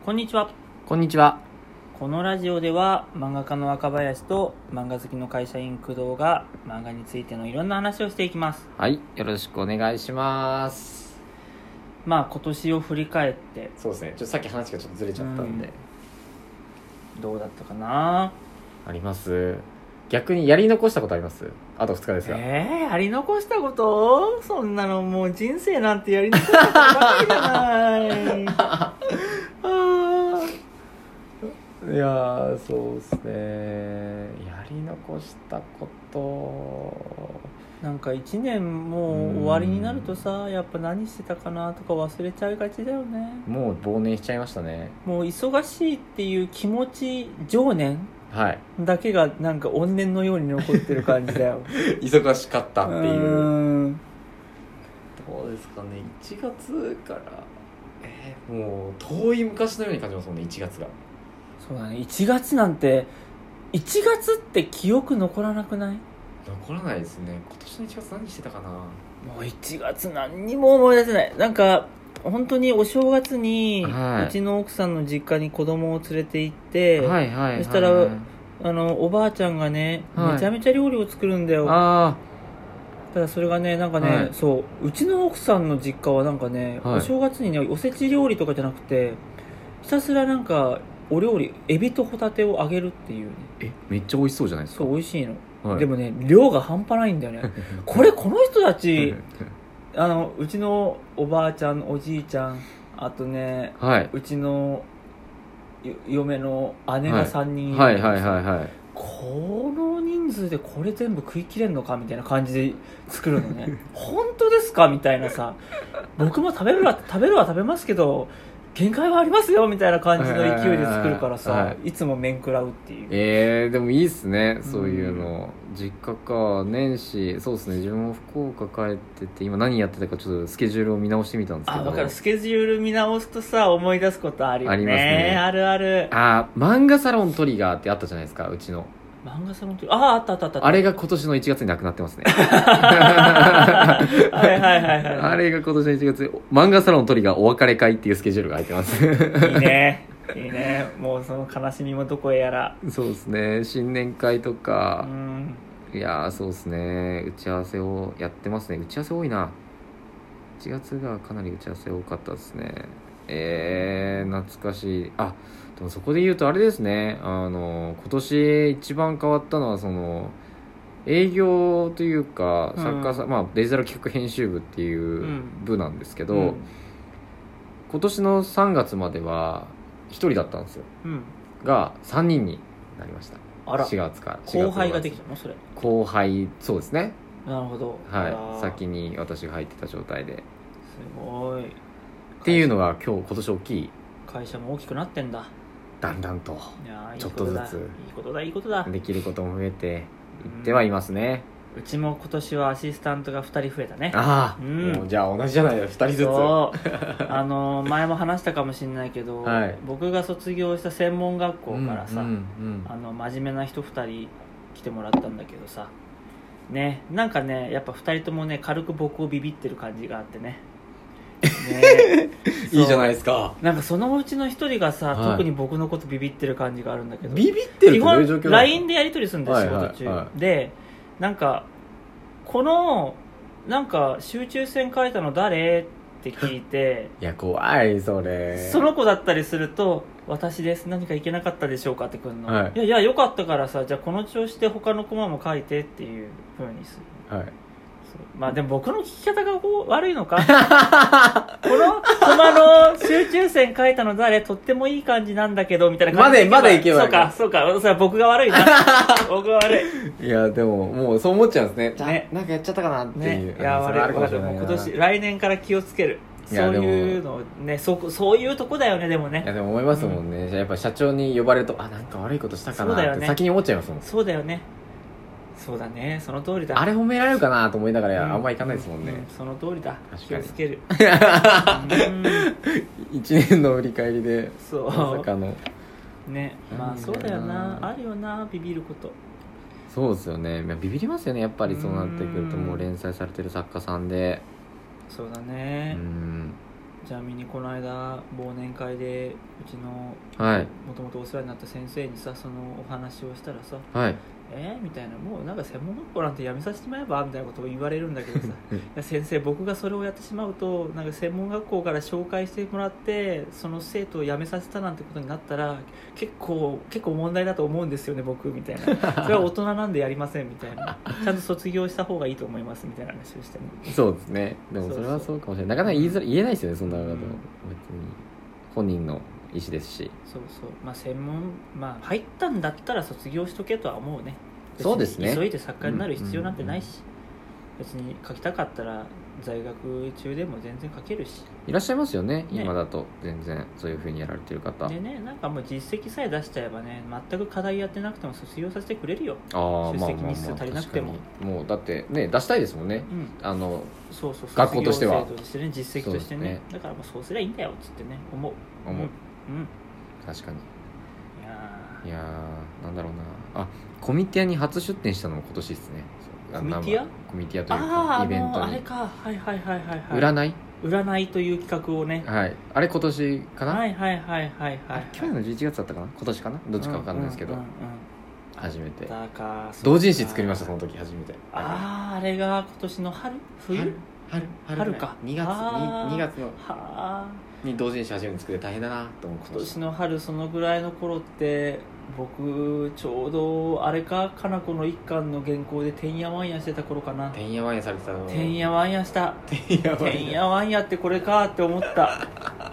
こんにちは。 こんにちは。 このラジオでは漫画家の若林と漫画好きの会社員工藤が漫画についてのいろんな話をしていきます。 はい、よろしくお願いします。 まあ今年を振り返ってそうですね。さっき話がちょっとずれちゃったんで、 どうだったかな。 あります。逆にやり残したことあります？あと2日ですが。 やり残したこと？そんなのもう人生なんてやり残したことばかりじゃないいやー、そうですね。やり残したこと。 なんか1年もう終わりになるとさ、やっぱ何してたかなとか忘れちゃいがちだよね。 もう忘年しちゃいましたね。 もう忙しいっていう気持ち、情念はい。 だけがなんか怨念のように残ってる感じだよ忙しかったっていう。 どうですかね。1月から、もう遠い昔のように感じますもんね。1月が。 そうだね。1月なんて1月って記憶残らなくない？ 残らないですね。今年の1月何してたかな。 もう1月何にも思い出せない。なんか本当にお正月に、 はい、 うちの奥さんの実家に子供を連れて行って、 はいはいはい、 そしたらおばあちゃんがね、めちゃめちゃ料理を作るんだよ。ただそれがね、なんかね、 はい、 そううちの奥さんの実家はなんかね、お正月にねおせち料理とかじゃなくて、ひたすらなんかお料理、エビとホタテを揚げるっていうね。 めっちゃ美味しそうじゃないですか。 そう美味しいの、でもね量が半端ないんだよねこの人たちうちのおばあちゃん、おじいちゃん、あとね、うちの嫁の姉が3人いるんですよ。この人数でこれ全部食い切れんのかみたいな感じで作るのね本当ですかみたいなさ、僕も食べるは食べますけど限界はありますよみたいな感じの勢いで作るからさ、いつも面食らうっていう。 でもいいっすね、そういうの。実家か。年始、そうですね、自分も福岡帰ってて今何やってたかちょっとスケジュールを見直してみたんですけど。 だからスケジュール見直すとさ思い出すことあるよね。 ありますね。 あるある。 漫画サロントリガーってあったじゃないですか、うちの。 漫画サロントリガー、あったあれが今年の1月になくなってますねはいあれが今年の1月、漫画サロントリガーお別れ会っていうスケジュールが入ってますいいねいいね。もうその悲しみもどこへやら。 そうですね、新年会とか、いやそうですね、打ち合わせをやってますね。打ち合わせ多いな。1月がかなり打ち合わせ多かったですね。懐かしい。でもそこで言うとあれですね、今年一番変わったのはその営業というか、作家さん、デジタル企画編集部っていう部なんですけど、今年の3月までは1人だったんですよ、が3人になりました。4月から。 後輩ができたの？それ後輩、そうですね。 なるほど。 先に私が入ってた状態で。 すごい。 っていうのが今年大きい。 会社も大きくなってんだ、 だんだんと。ちょっとずついいことだ。 できることも増えていってはいますね。 うちも今年はアシスタントが2人増えたね。 もうじゃあ同じじゃないですか、2人ずつ。 そう前も話したかもしれないけど、僕が卒業した専門学校からさ、真面目な人2人来てもらったんだけどさね、なんかねやっぱ2人ともね軽く僕をビビってる感じがあってねいいじゃないですか。 なんかそのうちの一人がさ、特に僕のことビビってる感じがあるんだけど。 ビビってるってどういう状況なの？ LINE でやり取りするんです、仕事中、でなんかこのなんか集中線書いたの誰って聞いていや怖い、それ。 その子だったりすると、私です、何かいけなかったでしょうかってくるの、いやよかったからさ、じゃあこの調子で他のコマも書いてっていう風にする。でも僕の聞き方が悪いのかこのコマの集中線書いたの誰、とってもいい感じなんだけどみたいな感じでまだいけばいい。 そうかそれは僕が悪いな僕が悪い。 いやでももうそう思っちゃうんですね。なんかやっちゃったかなっていう、 いや悪い。今年来年から気をつける。そういうのね、そういうとこだよね。でもね、 いやでも思いますもんね、やっぱ社長に呼ばれるとなんか悪いことしたかなって先に思っちゃいますもん。 そうだよね。そうだね、その通りだ。 あれ褒められるかなと思いながらあんまいかないですもんね。 その通りだ。気をつける。 1年の振り返りでまさかのね。そうだよな、あるよな、ビビること。 そうですよね、ビビりますよねやっぱり。そうなってくるともう連載されてる作家さんで。 そうだね。 ちなみにこの間忘年会でうちのもともとお世話になった先生にさそのお話をしたらさ、 はい、 みたいな、もうなんか専門学校なんてやめさせてもらえばみたいなことを言われるんだけどさいや先生、僕がそれをやってしまうとなんか専門学校から紹介してもらってその生徒を辞めさせたなんてことになったら結構問題だと思うんですよね僕みたいなそれは大人なんでやりませんみたいなちゃんと卒業した方がいいと思いますみたいな話をしてね。 そうですね。でもそれはそうかもしれない。なかなか言えないですよね、そんなこと、別に本人の意思ですし。 そうそう、まあ専門、まあ入ったんだったら卒業しとけとは思うね。 そうですね。 急いで作家になる必要なんてないし、別に書きたかったら在学中でも全然書けるし。 いらっしゃいますよね、今だと全然そういう風にやられてる方でね、なんかもう実績さえ出しちゃえばね、全く課題やってなくても卒業させてくれるよ。出席日数足りなくても、 もうだってね出したいですもんね、 そう学校としては卒業生としてね、実績としてね、だからもうそうすりゃいいんだよっつってね思う、 確かに。 いやなんだろうな、コミティアに初出展したのも今年ですね。 コミティアというかイベントにあれか、はい占いという企画をね、 あれ今年かな、 はい去年の11月だったかな、今年かな、どっちか分かんないですけど、初めて同人誌作りました。その時初めて。 あれが今年の春か 2月のに同人誌初めて作って大変だなと思って今年の春、そのぐらいの頃って僕ちょうどあれか、かなこの一巻の原稿でてんやわんやしてた頃かな。 てんやわんやされてたの。 てんやわんやしたてんやわんやってこれかって思った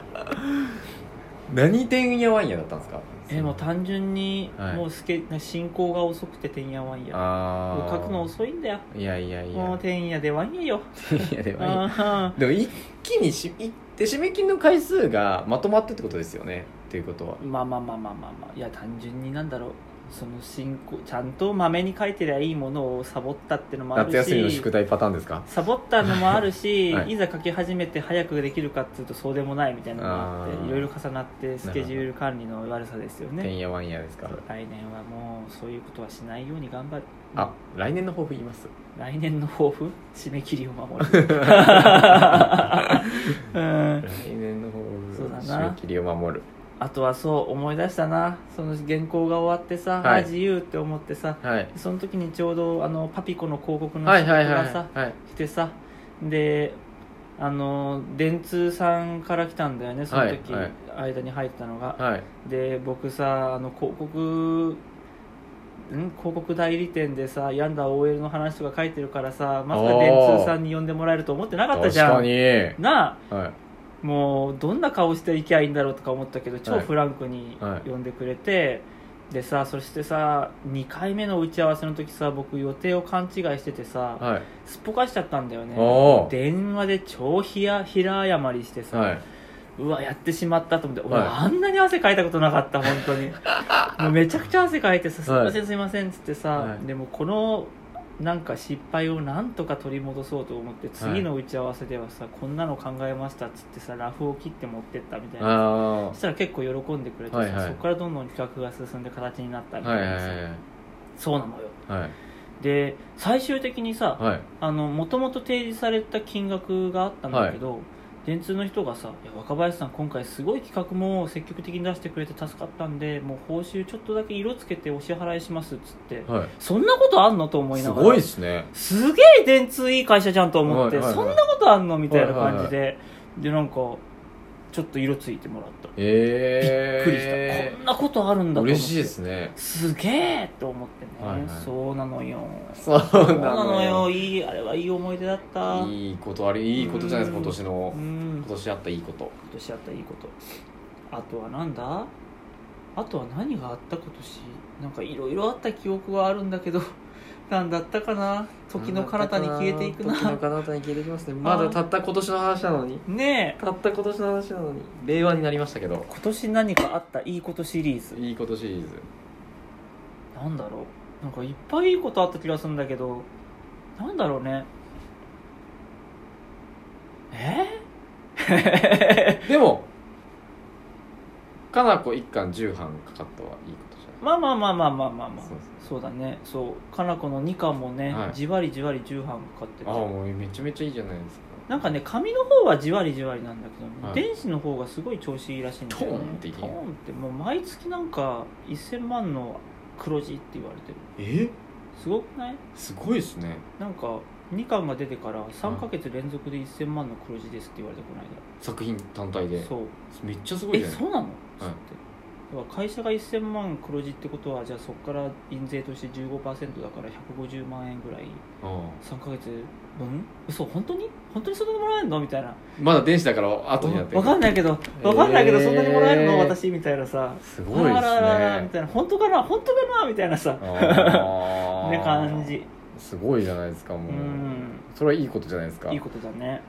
何てんやわんやだったんですか？ もう単純に、もう進行が遅くててんやわんや、もう書くの遅いんだよ。 いやもうてんやでわんやよてんやでわんやでも一気にで締め切りの回数がまとまってってことですよね、っていうことは。 まあいや単純になんだろう、その進行ちゃんとまめに書いてりゃいいものをサボったってのもあるし、 夏休みの宿題パターンですか？ サボったのもあるし、いざ書き始めて早くできるかっていうとそうでもないみたいなのがあって、いろいろ重なってスケジュール管理の悪さですよね。 てんやわんやですか？ 来年はもうそういうことはしないように頑張る。 来年の抱負言います。 来年の抱負、締め切りを守る来年の抱負、締め切りを守る。 あとはそう思い出したな、その原稿が終わってさ、自由って思ってさ、その時にちょうどパピコの広告の仕事がさ、来てさ、で電通さんから来たんだよね、その時、間に入ったのが、で僕さ広告代理店でさ病んだ OL の話とか書いてるからさ、まさか電通さんに呼んでもらえると思ってなかったじゃん。 確かになあ、もうどんな顔して行きゃいいんだろうとか思ったけど、超フランクに呼んでくれて、でさ、そしてさ2回目の打ち合わせの時さ、僕予定を勘違いしててさ、すっぽかしちゃったんだよね。電話で超平謝りしてさ、うわやってしまったと思って、俺あんなに汗かいたことなかった本当にもうめちゃくちゃ汗かいてさ、すいませんっつってさ、でもこのなんか失敗をなんとか取り戻そうと思って次の打ち合わせではさ、こんなの考えましたっつってさラフを切って持ってったみたいな。そしたら結構喜んでくれてさ、そこからどんどん企画が進んで形になったみたいなさ、そうなのよ。で最終的にさ、もともと提示された金額があったんだけど、電通の人がさ、いや若林さん今回すごい企画も積極的に出してくれて助かったんで、もう報酬ちょっとだけ色つけてお支払いしますっつって、そんなことあんのと思いながら、 すごいですね、 すげえ電通いい会社じゃんと思って、そんなことあんのみたいな感じで、でなんかちょっと色ついてもらった。びっくりした。こんなことあるんだと思って。 嬉しいですね。 すげえと思ってね、そうなのよ。 そうなのよ。 あれはいい思い出だった。 いいことあれ、いいことじゃないですか、今年あったいいこと。 今年あったいいこと。あとはなんだ？あとは何があった今年？なんかいろいろあった記憶はあるんだけど。なんだったかな。時の彼方に消えていくな。 時の彼方に消えていきますね。まだたった今年の話なのにねえ、たった今年の話なのに令和になりましたけど、 今年何かあったいいことシリーズ。 いいことシリーズなんだろう、なんかいっぱいいいことあった気がするんだけど、なんだろうね。 でもかなこ一巻10版かかったはいいことじゃない。 まあそうだね。そうかなこの2巻もね、じわり10版かかってて、 もうめちゃめちゃいいじゃないですか。 なんかね紙の方はじわりじわりなんだけど、 はい、 電子の方がすごい調子いいらしいんだよね。 トーンってトーンってもう毎月なんか1000万の黒字って言われてる。すごくない？ すごいですね。 なんか2巻が出てから3ヶ月連続で1000万の黒字ですって言われて、この間作品単体で。 そうめっちゃすごいじゃない。 そうなの？ はい、 会社が1000万黒字ってことは、じゃあそこから印税として 15% だから150万円ぐらい3ヶ月分？嘘、本当にそんなにもらえるのみたいな。 まだ電子だから後になってる。 分かんないけどそんなにもらえるの私みたいなさ。 すごいですね。 あらららみたいな、本当かなみたいなさね感じ。 すごいじゃないですか。もうそれはいいことじゃないですか。 いいことだね。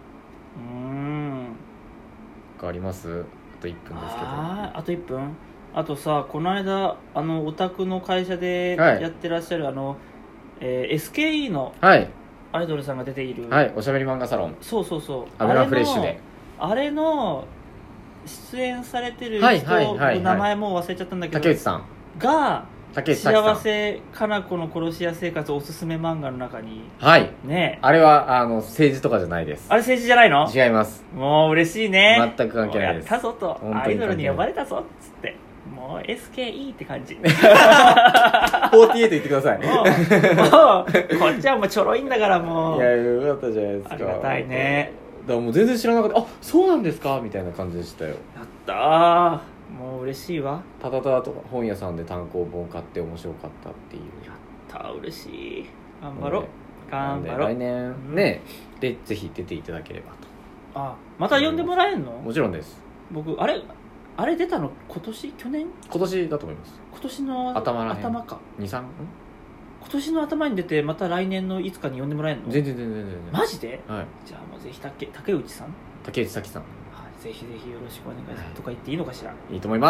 変わります？あと1分ですけど。 あと1分。あとさ、この間お宅の会社でやってらっしゃる、SKE のアイドルさんが出ている、 はい、おしゃべり漫画サロン。 そうアベマフレッシュであれの出演されてる人、名前もう忘れちゃったんだけど、 竹内さんが幸せかな子の殺し屋生活おすすめ漫画の中に、 はいね、 あれは政治とかじゃないです。 あれ政治じゃないの？ 違います。 もう嬉しいね。 全く関係ないです。 やったぞと、アイドルに呼ばれたぞっつって、もう SKE って感じ。 48言ってください。 もうこっちはもうちょろいんだからもう。 いや、よかったじゃないですか。 ありがたいね。 だからもう全然知らなかった。あ、そうなんですかみたいな感じでしたよ。 やったー、もう嬉しいわ。 ただただとか本屋さんで単行本買って面白かったっていう。 やったー、嬉しい。頑張ろう、頑張ろう。 来年ね、でぜひ出ていただければと。 また呼んでもらえるの？ もちろんです。 僕あれ出たの今年？去年？ 今年だと思います。 今年の頭か。 2、3？ 今年の頭に出て、また来年のいつかに呼んでもらえるの？ 全然マジで？ はい。 じゃあもうぜひ竹内さん、 竹内咲さん、 ぜひぜひよろしくお願いしますとか言っていいのかしら？ いいと思います。